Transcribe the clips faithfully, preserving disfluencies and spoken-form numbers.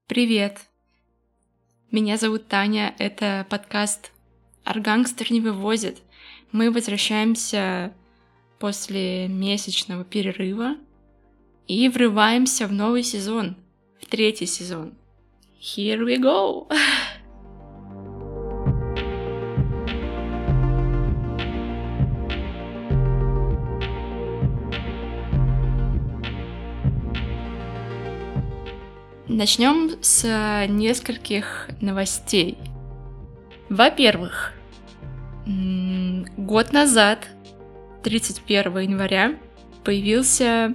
Привет! Меня зовут Таня, это подкаст «Аргангстер не вывозит». Мы возвращаемся после месячного перерыва и врываемся в новый сезон, в третий сезон. Here we go! Начнем с нескольких новостей. Во-первых, год назад, тридцать первого января, появился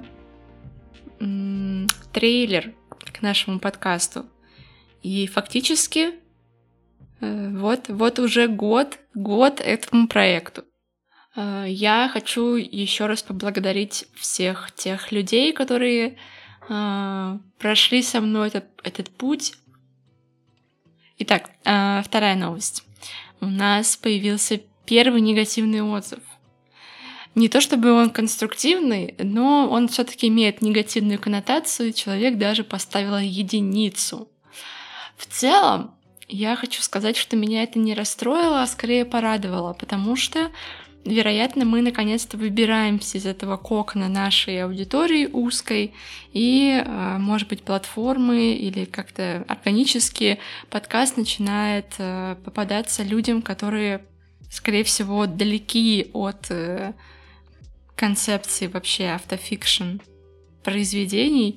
трейлер к нашему подкасту. И фактически вот, вот уже год, год этому проекту. Я хочу еще раз поблагодарить всех тех людей, которые прошли со мной этот, этот путь. Итак, вторая новость. У нас появился первый негативный отзыв. Не то чтобы он конструктивный, но он все-таки имеет негативную коннотацию, и человек даже поставил единицу. В целом, я хочу сказать, что меня это не расстроило, а скорее порадовало, потому что, вероятно, мы наконец-то выбираемся из этого кокона нашей аудитории узкой, и, может быть, платформы или как-то органически подкаст начинает попадаться людям, которые, скорее всего, далеки от концепции вообще автофикшн произведений.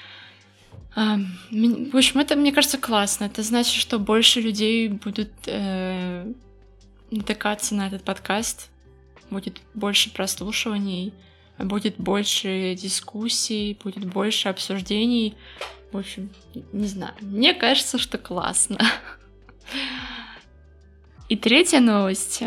В общем, это, мне кажется, классно. Это значит, что больше людей будут э, натыкаться на этот подкаст, будет больше прослушиваний, будет больше дискуссий, будет больше обсуждений. В общем, не знаю. Мне кажется, что классно. И третья новость.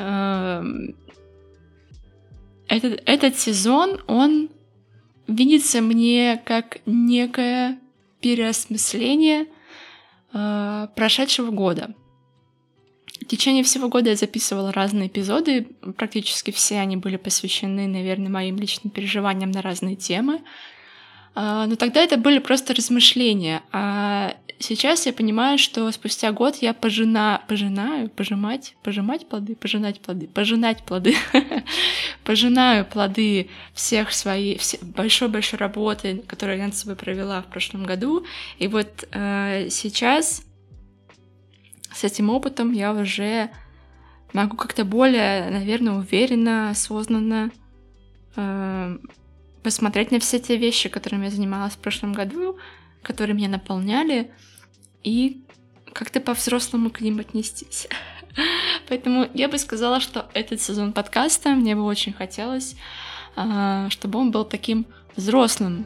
Этот, этот сезон, он видится мне как некое переосмысление э, прошедшего года. В течение всего года я записывала разные эпизоды, практически все они были посвящены, наверное, моим личным переживаниям на разные темы. Э, но тогда это были просто размышления, а сейчас я понимаю, что спустя год я пожина, пожинаю, пожимать, пожимать плоды, пожинать плоды, пожинать плоды, пожинаю плоды всех своей большой-большой работы, которую я над собой провела в прошлом году. И вот э, сейчас с этим опытом я уже могу как-то более, наверное, уверенно, осознанно э, посмотреть на все те вещи, которыми я занималась в прошлом году, которые меня наполняли, и как-то по-взрослому к ним отнестись. Поэтому я бы сказала, что этот сезон подкаста мне бы очень хотелось, чтобы он был таким взрослым.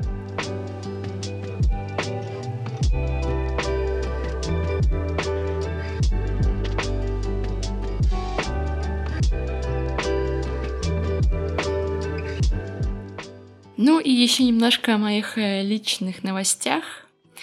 Ну и еще немножко о моих личных новостях.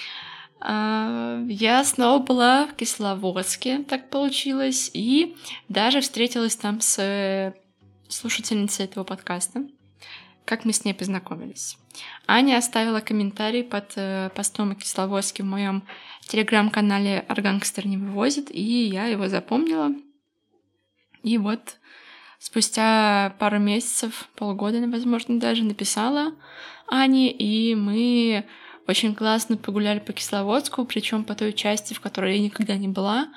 Я снова была в Кисловодске, так получилось, и даже встретилась там с слушательницей этого подкаста, как мы с ней познакомились. Аня оставила комментарий под постом о Кисловодске в моем телеграм-канале «Аргангстер не вывозит», и я его запомнила. И вот спустя пару месяцев, полгода, возможно, даже написала Ане, и мы очень классно погуляли по Кисловодску, причем по той части, в которой я никогда не была.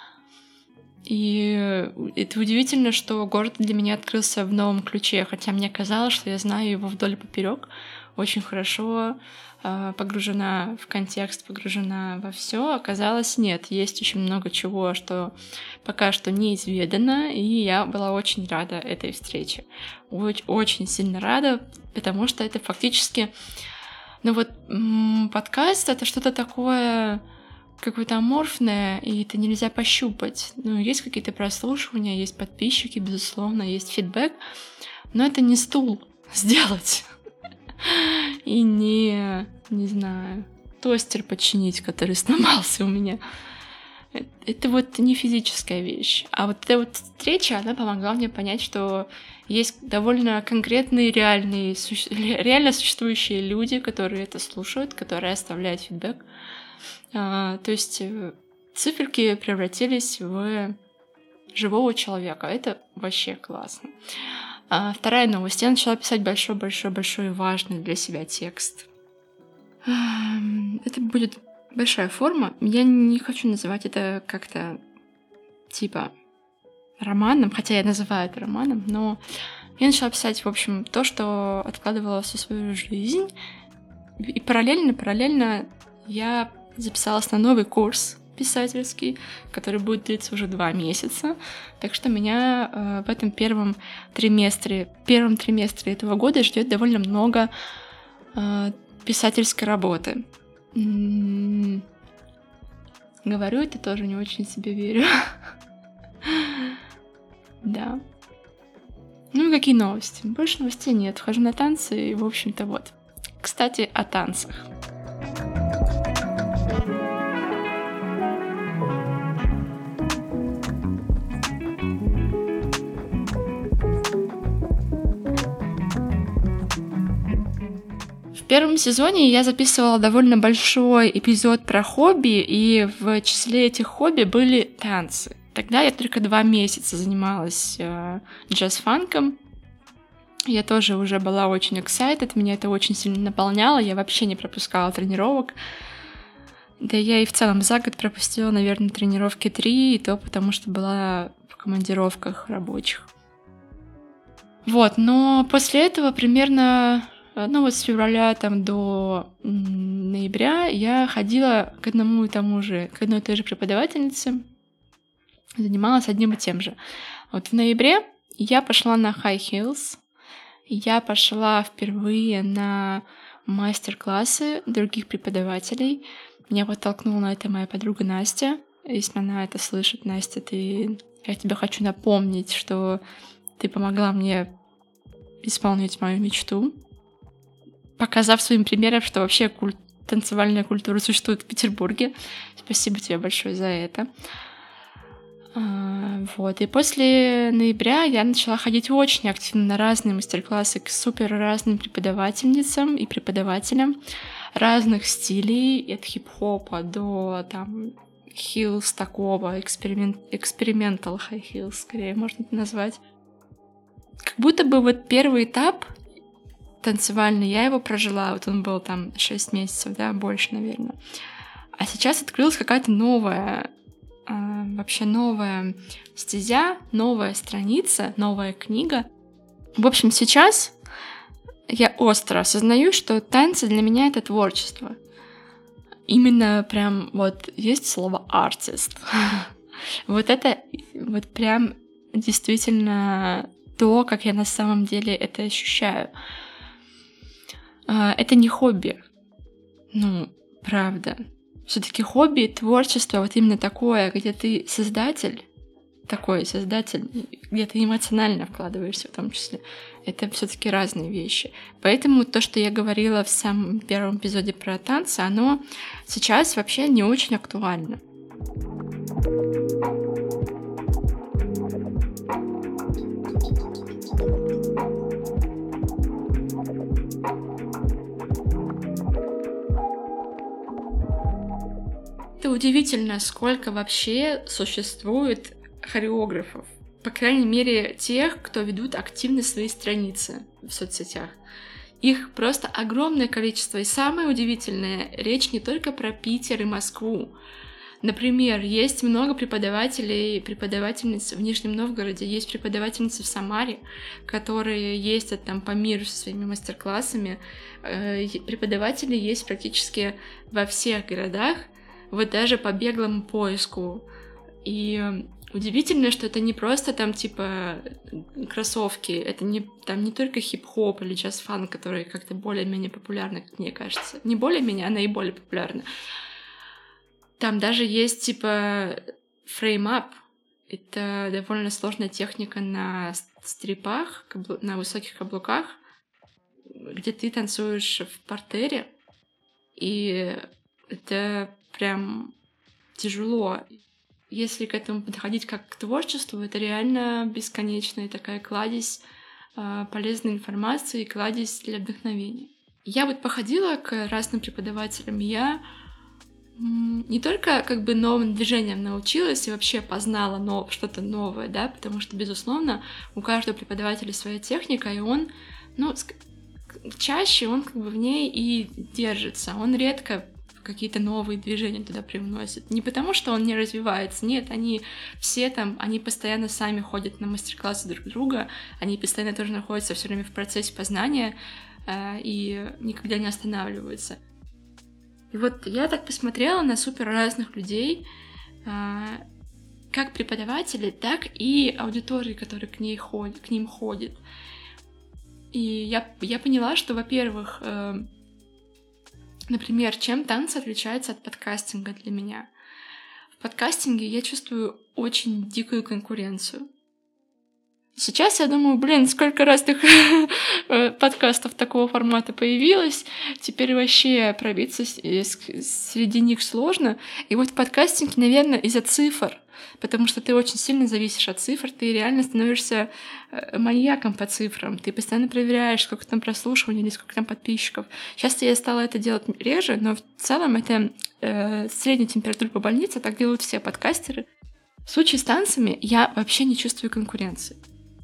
И это удивительно, что город для меня открылся в новом ключе, хотя мне казалось, что я знаю его вдоль и поперек, очень хорошо погружена в контекст, погружена во все. Оказалось, нет, есть очень много чего, что пока что неизведано, и я была очень рада этой встрече. Очень, очень сильно рада, потому что это фактически... Ну вот подкаст — это что-то такое какое-то аморфное, и это нельзя пощупать. Ну, есть какие-то прослушивания, есть подписчики, безусловно, есть фидбэк, но это не стул сделать. И не, не знаю, тостер починить, который сломался у меня. Это вот не физическая вещь. А вот эта вот встреча, она помогла мне понять, что есть довольно конкретные, реальные, суще... реально существующие люди, которые это слушают, которые оставляют фидбэк. А, то есть циферки превратились в живого человека. Это вообще классно. А вторая новость. Я начала писать большой-большой-большой важный для себя текст. Это будет большая форма. Я не хочу называть это как-то типа романом, хотя я называю это романом, но я начала писать, в общем, то, что откладывала всю свою жизнь. И параллельно, параллельно я записалась на новый курс писательский, который будет длиться уже два месяца. Так что меня э, в этом первом триместре, первом триместре этого года ждет довольно много э, писательской работы. М-м-м. Говорю, это тоже не очень себе верю. Да. Ну и какие новости? Больше новостей нет. Хожу на танцы и, в общем-то, вот. Кстати, о танцах. В первом сезоне я записывала довольно большой эпизод про хобби, и в числе этих хобби были танцы. Тогда я только два месяца занималась э, джаз-фанком. Я тоже уже была очень excited, меня это очень сильно наполняло, я вообще не пропускала тренировок. Да я и в целом за год пропустила, наверное, тренировки три, и то потому что была в командировках рабочих. Вот, но после этого примерно... Ну вот с февраля там до ноября я ходила к одному и тому же, к одной и той же преподавательнице, занималась одним и тем же. Вот в ноябре я пошла на high heels, я пошла впервые на мастер-классы других преподавателей. Меня подтолкнула на это моя подруга Настя. Если она это слышит, Настя, ты... я тебе хочу напомнить, что ты помогла мне исполнить мою мечту, показав своим примером, что вообще куль... танцевальная культура существует в Петербурге. Спасибо тебе большое за это. А, вот. И после ноября я начала ходить очень активно на разные мастер-классы к супер разным преподавательницам и преподавателям разных стилей, от хип-хопа до там хилс такого, эксперимент... экспериментал хай хилс, скорее можно это назвать. Как будто бы вот первый этап танцевальный, я его прожила, вот он был там шесть месяцев, да, больше, наверное. А сейчас открылась какая-то новая, э, вообще новая стезя, новая страница, новая книга. В общем, сейчас я остро осознаю, что танцы для меня — это творчество. Именно прям вот есть слово «артист». Вот это вот прям действительно то, как я на самом деле это ощущаю. Это не хобби. Ну, правда. Все-таки хобби, творчество, вот именно такое, где ты создатель, такой создатель, где ты эмоционально вкладываешься в том числе, это все-таки разные вещи. Поэтому то, что я говорила в самом первом эпизоде про танцы, оно сейчас вообще не очень актуально. Это удивительно, сколько вообще существует хореографов. По крайней мере, тех, кто ведут активно свои страницы в соцсетях. Их просто огромное количество. И самое удивительное, речь не только про Питер и Москву. Например, есть много преподавателей, преподавательниц в Нижнем Новгороде, есть преподавательницы в Самаре, которые ездят там по миру со своими мастер-классами. Преподаватели есть практически во всех городах, вот даже по беглому поиску. И удивительно, что это не просто там типа кроссовки, это не, там не только хип-хоп или джаз-фан, которые как-то более-менее популярны, как мне кажется. Не более-менее, а наиболее популярны. Там даже есть типа фрейм-ап. Это довольно сложная техника на стрипах, на высоких каблуках, где ты танцуешь в партере, и это прям тяжело. если к этому подходить как к творчеству, это реально бесконечная такая кладезь э, полезной информации, кладезь для вдохновения. Я вот походила к разным преподавателям, я м, не только как бы новым движениям научилась и вообще познала нов- что-то новое, да, потому что, безусловно, у каждого преподавателя своя техника, и он, ну, ск- чаще он как бы в ней и держится, он редко какие-то новые движения туда привносит. Не потому, что он не развивается, нет, они все там, они постоянно сами ходят на мастер-классы друг друга, они постоянно тоже находятся все время в процессе познания э, и никогда не останавливаются. И вот я так посмотрела на супер разных людей, э, как преподаватели, так и аудитории, которые к, ней ходят, к ним ходят. И я, я поняла, что, во-первых, э, например, чем танцы отличаются от подкастинга для меня? В подкастинге я чувствую очень дикую конкуренцию. Сейчас я думаю, блин, сколько раз таких подкастов такого формата появилось, теперь вообще пробиться среди них сложно. И вот в подкастинге, наверное, из-за цифр, потому что ты очень сильно зависишь от цифр, ты реально становишься маньяком по цифрам, ты постоянно проверяешь, сколько там прослушиваний или сколько там подписчиков. Сейчас я стала это делать реже, но в целом это э, средняя температура по больнице, так делают все подкастеры. В случае с танцами я вообще не чувствую конкуренции.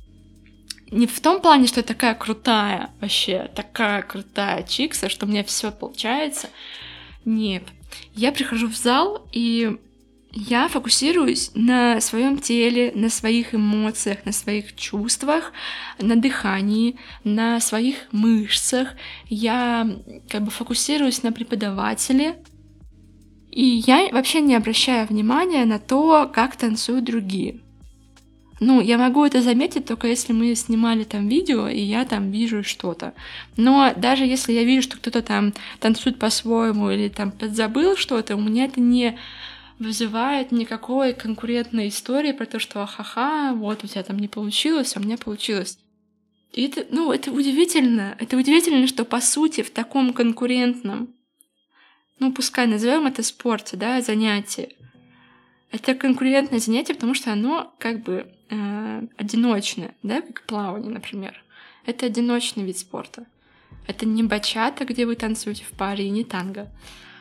Не в том плане, что я такая крутая, вообще такая крутая чикса, что у меня все получается. Нет. Я прихожу в зал, и я фокусируюсь на своем теле, на своих эмоциях, на своих чувствах, на дыхании, на своих мышцах. Я как бы фокусируюсь на преподавателе, и я вообще не обращаю внимания на то, как танцуют другие. Ну, я могу это заметить только если мы снимали там видео, и я там вижу что-то. Но даже если я вижу, что кто-то там танцует по-своему или там подзабыл что-то, у меня это не вызывает никакой конкурентной истории про то, что ха-ха, вот у тебя там не получилось, а у меня получилось. И это, ну, это удивительно. Это удивительно, что по сути в таком конкурентном, ну, пускай назовем это спорте, да, занятие, это конкурентное занятие, потому что оно как бы э, одиночное, да, как плавание, например. Это одиночный вид спорта. Это не бачата, где вы танцуете в паре, и не танго.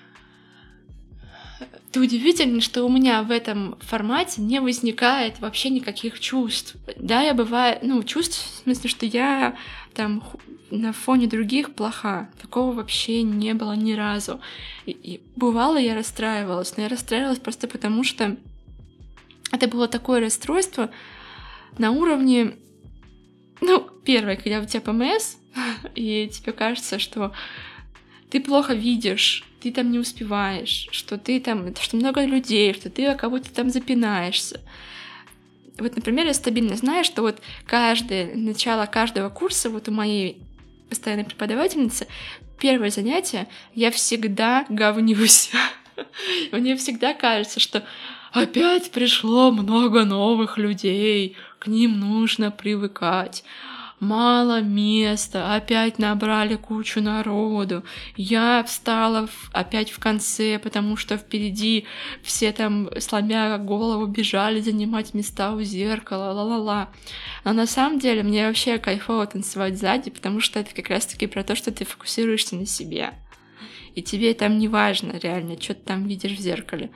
Это удивительно, что у меня в этом формате не возникает вообще никаких чувств. Да, я бываю, ну, чувств в смысле, что я там на фоне других плоха. Такого вообще не было ни разу. И, и бывало, я расстраивалась, но я расстраивалась просто потому, что это было такое расстройство на уровне, ну, первое, когда у тебя ПМС, и тебе кажется, что ты плохо видишь, ты там не успеваешь, что ты там, что много людей, что ты о кого-то там запинаешься. Вот, например, я стабильно знаю, что вот каждое, начало каждого курса, вот у моей постоянной преподавательницы, первое занятие, я всегда говнюсь. Мне всегда кажется, что опять пришло много новых людей, к ним нужно привыкать. Мало места, опять набрали кучу народу. Я встала в, опять в конце, потому что впереди все там, сломя голову, бежали занимать места у зеркала, ла-ла-ла. Но на самом деле мне вообще кайфово танцевать сзади, потому что это как раз-таки про то, что ты фокусируешься на себе. И тебе там не важно реально, что ты там видишь в зеркале.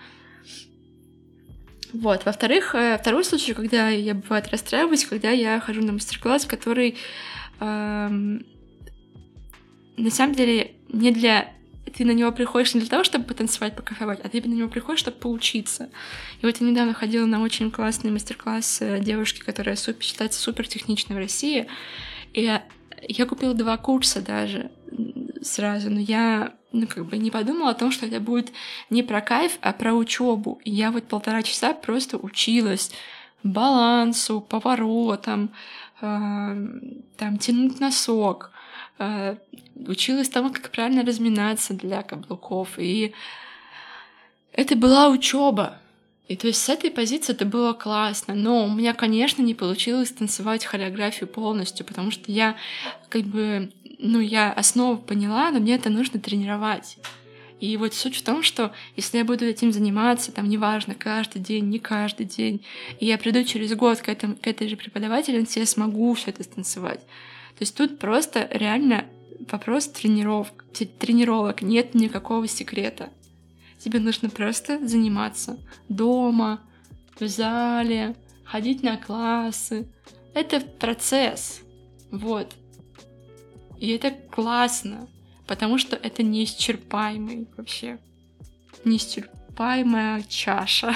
Вот. Во-вторых, второй случай, когда я, бывает, расстраиваюсь, когда я хожу на мастер-класс, который эм, на самом деле не для... Ты на него приходишь не для того, чтобы потанцевать, покайфовать, а ты на него приходишь, чтобы поучиться. И вот я недавно ходила на очень классный мастер-класс девушки, которая супер, считается супер техничной в России. И я, я купила два курса даже сразу, но я, ну, как бы не подумала о том, что это будет не про кайф, а про учебу. И я вот полтора часа просто училась балансу, поворотам, э, там, тянуть носок, э, училась тому, как правильно разминаться для каблуков. И это была учеба. И то есть с этой позиции это было классно, но у меня, конечно, не получилось танцевать хореографию полностью, потому что я как бы, ну, я основу поняла, но мне это нужно тренировать. И вот суть в том, что если я буду этим заниматься, там, неважно, каждый день, не каждый день, и я приду через год к, этому, к этой же преподавательнице, я смогу все это станцевать. То есть тут просто реально вопрос тренировок, тренировок, нет никакого секрета. Тебе нужно просто заниматься дома, в зале, ходить на классы. Это процесс. Вот. И это классно, потому что это неисчерпаемый вообще. Неисчерпаемая чаша.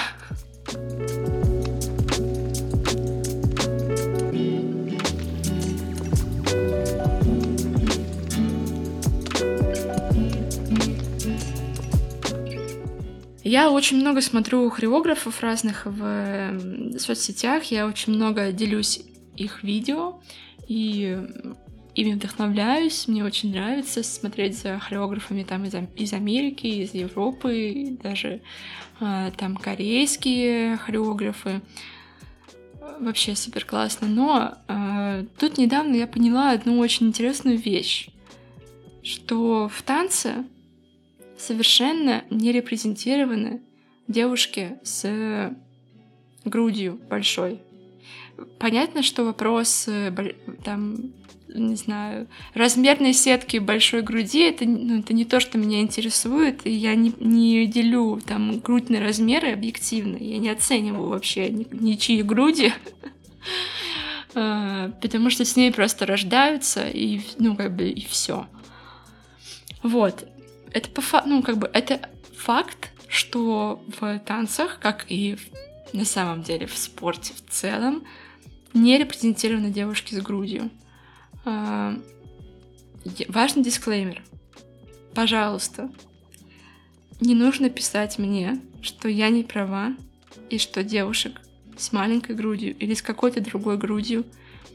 Я очень много смотрю хореографов разных в соцсетях, я очень много делюсь их видео и ими вдохновляюсь. Мне очень нравится смотреть за хореографами там из, из Америки, из Европы, даже э, там корейские хореографы. Вообще супер классно. Но э, тут недавно я поняла одну очень интересную вещь, что в танце совершенно не репрезентированы девушки с грудью большой. Понятно, что вопрос там, не знаю, размерной сетки большой груди это, ну, это не то, что меня интересует, и я не, не делю там грудь на размеры объективно, я не оцениваю вообще ничьи груди, потому что с ней просто рождаются, и, ну, как бы, и все. Вот. Это, по фа- ну, как бы, это факт, что в танцах, как и в, на самом деле в спорте в целом, не репрезентированы девушки с грудью. А, важный дисклеймер. Пожалуйста, не нужно писать мне, что я не права, и что девушек с маленькой грудью или с какой-то другой грудью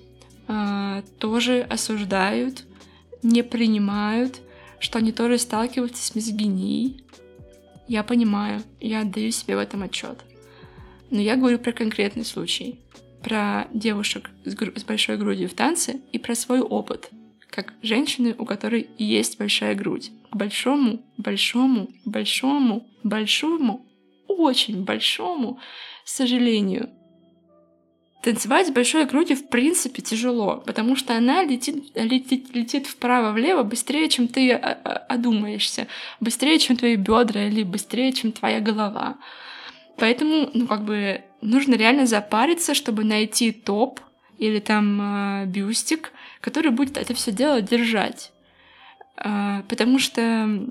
а, тоже осуждают, не принимают, что они тоже сталкиваются с мизогинией. Я понимаю, я отдаю себе в этом отчет. Но я говорю про конкретный случай. Про девушек с, гру- с большой грудью в танце и про свой опыт. Как женщины, у которой есть большая грудь. К большому, большому, большому, большому, очень большому сожалению. Танцевать с большой грудью в принципе тяжело, потому что она летит, летит, летит вправо-влево быстрее, чем ты одумаешься, быстрее, чем твои бедра или быстрее, чем твоя голова. Поэтому, ну, как бы, нужно реально запариться, чтобы найти топ или там э, бюстик, который будет это все дело держать. Э, потому что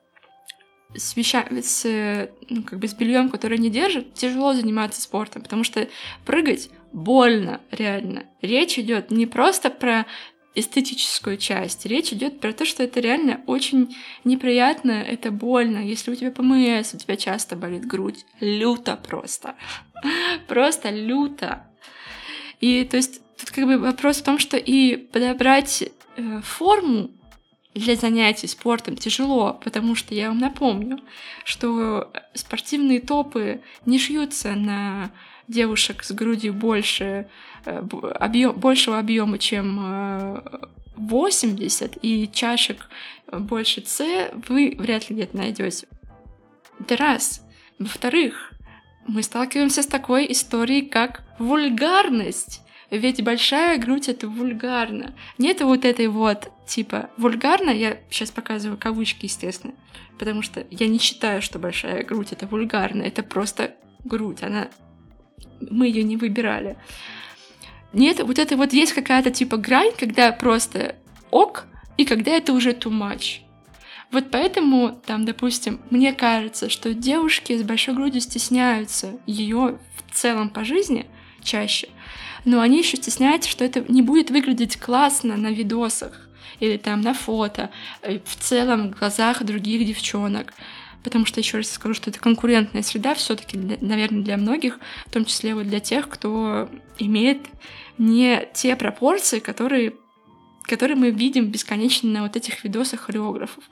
с вещами, с, ну, как бы с бельем, которое не держит, тяжело заниматься спортом, потому что прыгать больно, реально. Речь идет не просто про эстетическую часть, речь идет про то, что это реально очень неприятно, это больно. Если у тебя ПМС, у тебя часто болит грудь, люто просто. Просто люто. И то есть тут как бы вопрос в том, что и подобрать э, форму для занятий спортом тяжело, потому что я вам напомню, что спортивные топы не шьются на девушек с грудью больше, объем, большего объема, чем восемьдесят, и чашек больше С вы вряд ли где-то найдете. Это раз. Во-вторых, мы сталкиваемся с такой историей, как вульгарность. Ведь большая грудь — это вульгарно. Нет вот этой вот, типа, вульгарно, я сейчас показываю кавычки, естественно, потому что я не считаю, что большая грудь — это вульгарно, это просто грудь, она... Мы ее не выбирали. Нет, вот это вот есть какая-то типа грань, когда просто ок, и когда это уже too much. Вот поэтому, там, допустим, мне кажется, что девушки с большой грудью стесняются ее в целом по жизни чаще, но они еще стесняются, что это не будет выглядеть классно на видосах или там на фото, в целом в глазах других девчонок. Потому что, еще раз скажу, что это конкурентная среда все-таки, наверное, для многих, в том числе вот для тех, кто имеет не те пропорции, которые, которые мы видим бесконечно на вот этих видосах хореографов.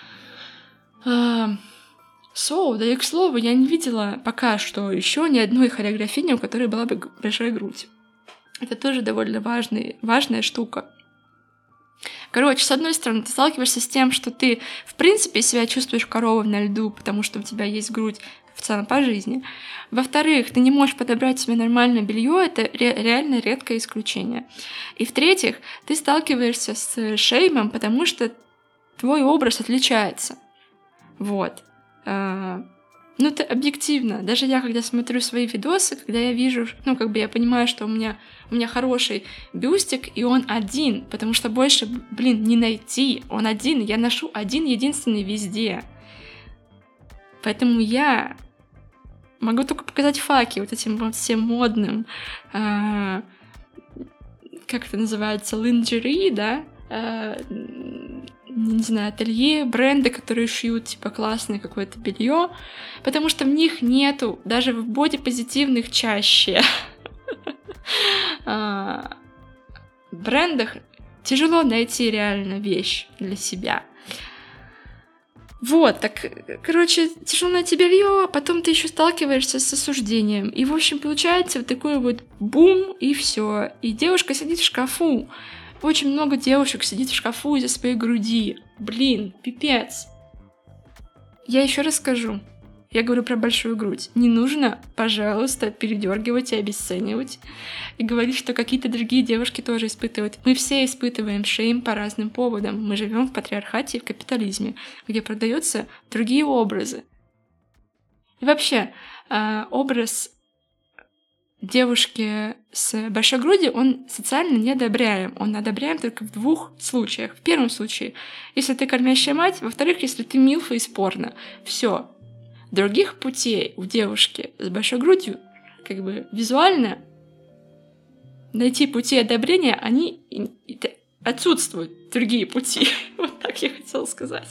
So, да и к слову, я не видела пока что еще ни одной хореографини, у которой была бы большая грудь. Это тоже довольно важный, важная штука. Короче, с одной стороны, ты сталкиваешься с тем, что ты, в принципе, себя чувствуешь коровой на льду, потому что у тебя есть грудь в целом по жизни. Во-вторых, ты не можешь подобрать себе нормальное белье, это ре- реально редкое исключение. И в-третьих, ты сталкиваешься с шеймом, потому что твой образ отличается. Вот. А, ну, это объективно. Даже я, когда смотрю свои видосы, когда я вижу, ну, как бы я понимаю, что у меня, у меня хороший бюстик, и он один, потому что больше, блин, не найти. Он один, я ношу один единственный везде. Поэтому я могу только показать факи вот этим вот всем модным, а, как это называется, линджери, да, а, не знаю, ателье, бренды, которые шьют, типа, классное какое-то белье, потому что в них нету, даже в бодипозитивных чаще брендах тяжело найти реально вещь для себя. Вот, так, короче, тяжело найти белье, потом ты еще сталкиваешься с осуждением. И, в общем, получается вот такой вот бум, и все. И девушка сидит в шкафу. Очень много девушек сидит в шкафу из-за своей груди. Блин, пипец. Я еще раз скажу. Я говорю про большую грудь. Не нужно, пожалуйста, передергивать и обесценивать. И говорить, что какие-то другие девушки тоже испытывают. Мы все испытываем шейм по разным поводам. Мы живем в патриархате и в капитализме, где продаются другие образы. И вообще, образ девушки с большой грудью, он социально не одобряем. Он одобряем только в двух случаях. В первом случае, если ты кормящая мать, во-вторых, если ты милфа из порно. Все. Других путей у девушки с большой грудью, как бы визуально найти пути одобрения, они отсутствуют. Другие пути. Вот так я хотела сказать.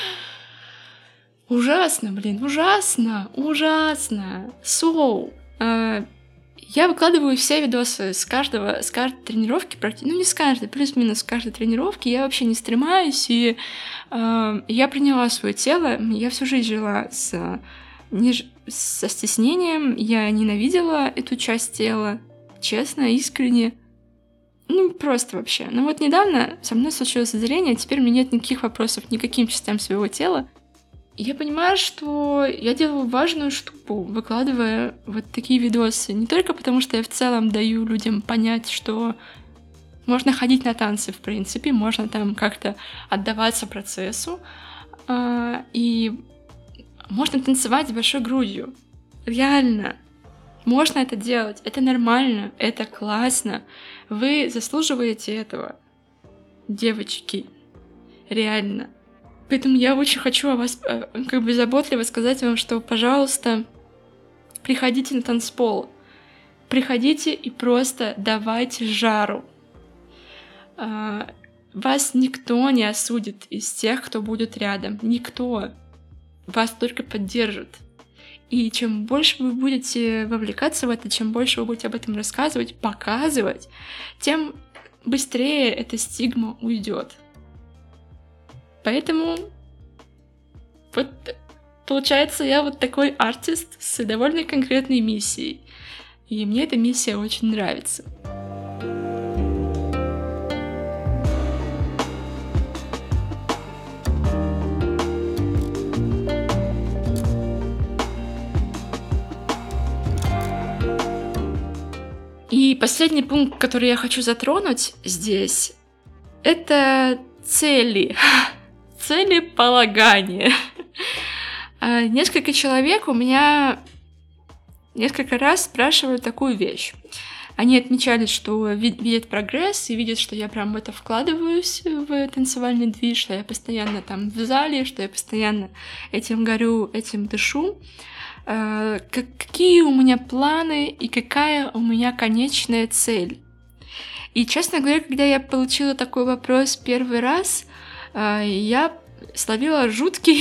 Ужасно, блин, ужасно, ужасно. So, э, я выкладываю все видосы с каждого, с каждой тренировки, практически, ну не с каждой, плюс-минус с каждой тренировки. Я вообще не стремаюсь, и э, я приняла свое тело. Я всю жизнь жила с, не, со стеснением, я ненавидела эту часть тела, честно, искренне. Ну, просто вообще. Но вот недавно со мной случилось озарение, теперь у меня нет никаких вопросов ни к каким частям своего тела. Я понимаю, что я делаю важную штуку, выкладывая вот такие видосы. Не только потому, что я в целом даю людям понять, что можно ходить на танцы, в принципе, можно там как-то отдаваться процессу, и можно танцевать с большой грудью. Реально. Можно это делать. Это нормально, это классно. Вы заслуживаете этого, девочки. Реально. Поэтому я очень хочу о вас как бы заботливо сказать вам, что, пожалуйста, приходите на танцпол. Приходите и просто давайте жару. Вас никто не осудит из тех, кто будет рядом. Никто. Вас только поддержит. И чем больше вы будете вовлекаться в это, чем больше вы будете об этом рассказывать, показывать, тем быстрее эта стигма уйдет. Поэтому вот получается, я вот такой артист с довольно конкретной миссией. И мне эта миссия очень нравится. И последний пункт, который я хочу затронуть здесь, это цели. Целеполагание. Несколько человек у меня несколько раз спрашивают такую вещь. Они отмечали, что видят прогресс и видят, что я прям в это вкладываюсь, в танцевальный движ, что я постоянно там в зале, что я постоянно этим горю, этим дышу. Какие у меня планы и какая у меня конечная цель? И, честно говоря, когда я получила такой вопрос первый раз, я словила жуткий,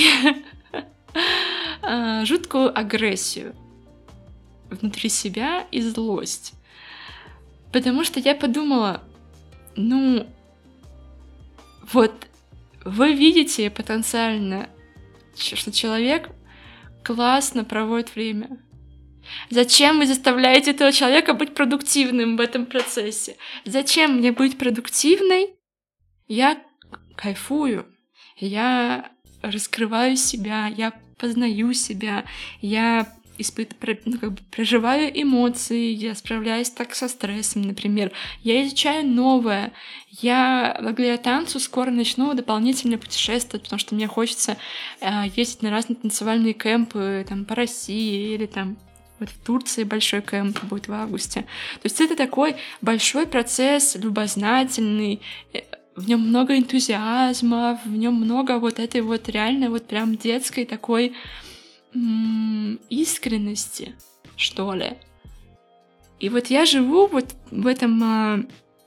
жуткую агрессию внутри себя и злость. Потому что я подумала, ну, вот вы видите потенциально, что человек классно проводит время. Зачем вы заставляете этого человека быть продуктивным в этом процессе? Зачем мне быть продуктивной? Я кайфую, я раскрываю себя, я познаю себя, я испыт... ну, как бы проживаю эмоции, я справляюсь так со стрессом, например. Я изучаю новое. Я благодаря танцу скоро начну дополнительно путешествовать, потому что мне хочется э, ездить на разные танцевальные кемпы там, по России или там вот в Турции большой кемп будет в августе. То есть это такой большой процесс, любознательный, в нем много энтузиазма, в нем много вот этой вот реально вот прям детской такой м- искренности, что ли. И вот я живу вот в этом а,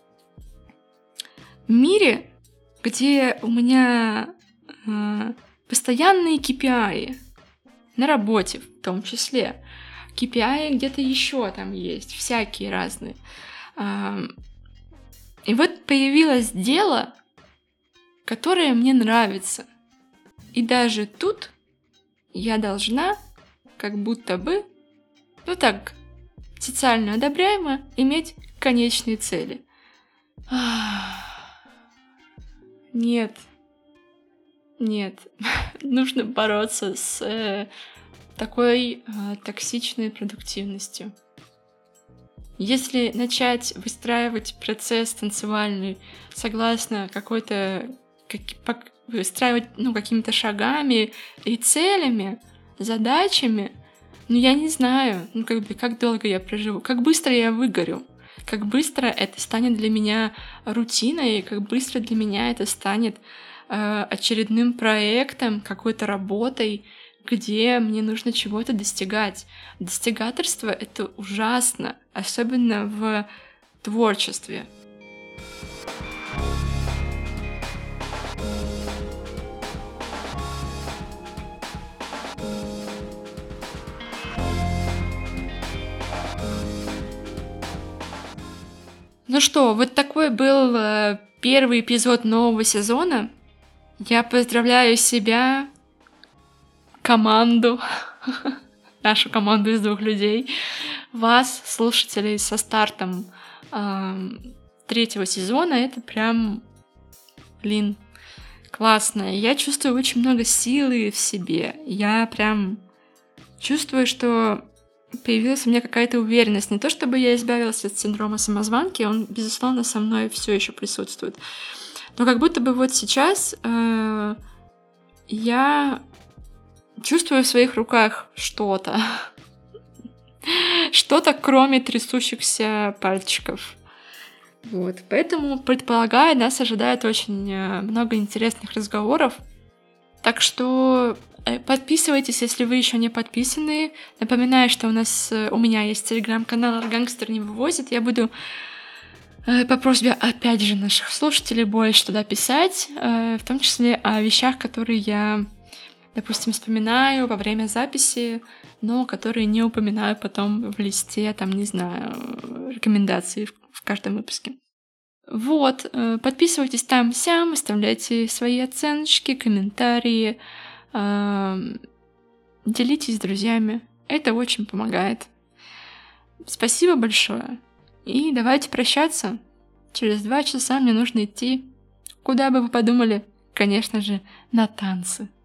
мире, где у меня а, постоянные кей пи ай на работе в том числе. кей пи ай где-то еще там есть, всякие разные. А, и вот появилось дело, которое мне нравится. И даже тут я должна, как будто бы, ну так, социально одобряемо, иметь конечные цели. Нет. Нет. Нужно бороться с э, такой э, токсичной продуктивностью. Если начать выстраивать процесс танцевальный согласно какой-то... Как, пок, выстраивать ну, какими-то шагами и целями, задачами, ну я не знаю, ну как бы как долго я проживу, как быстро я выгорю, как быстро это станет для меня рутиной, как быстро для меня это станет э, очередным проектом, какой-то работой, где мне нужно чего-то достигать. Достигаторство — это ужасно, особенно в творчестве. Ну что, вот такой был э, первый эпизод нового сезона. Я поздравляю себя, команду, нашу команду из двух людей, вас, слушателей, со стартом э, третьего сезона. Это прям, блин, классно. Я чувствую очень много силы в себе. Я прям чувствую, что появилась у меня какая-то уверенность. Не то чтобы я избавилась от синдрома самозванки, он, безусловно, со мной все еще присутствует. Но как будто бы вот сейчас э, я чувствую в своих руках что-то. Что-то, кроме трясущихся пальчиков. Вот. Поэтому, предполагаю, нас ожидает очень много интересных разговоров. Так что подписывайтесь, если вы еще не подписаны. Напоминаю, что у нас у меня есть телеграм-канал «Гангстер не вывозит». Я буду по просьбе, опять же, наших слушателей больше туда писать, в том числе о вещах, которые я, допустим, вспоминаю во время записи, но которые не упоминаю потом в листе, там, не знаю, рекомендаций в каждом выпуске. Вот, подписывайтесь там-сям, оставляйте свои оценочки, комментарии, делитесь с друзьями. Это очень помогает. Спасибо большое. И давайте прощаться. Через два часа мне нужно идти. Куда бы вы подумали? Конечно же, на танцы.